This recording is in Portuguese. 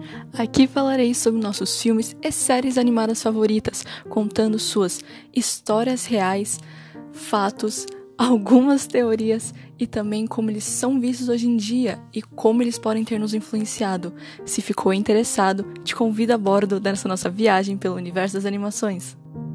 Aqui falarei sobre nossos filmes e séries animadas favoritas, contando suas histórias reais, fatos, algumas teorias e também como eles são vistos hoje em dia e como eles podem ter nos influenciado. Se ficou interessado, te convido a bordo dessa nossa viagem pelo universo das animações.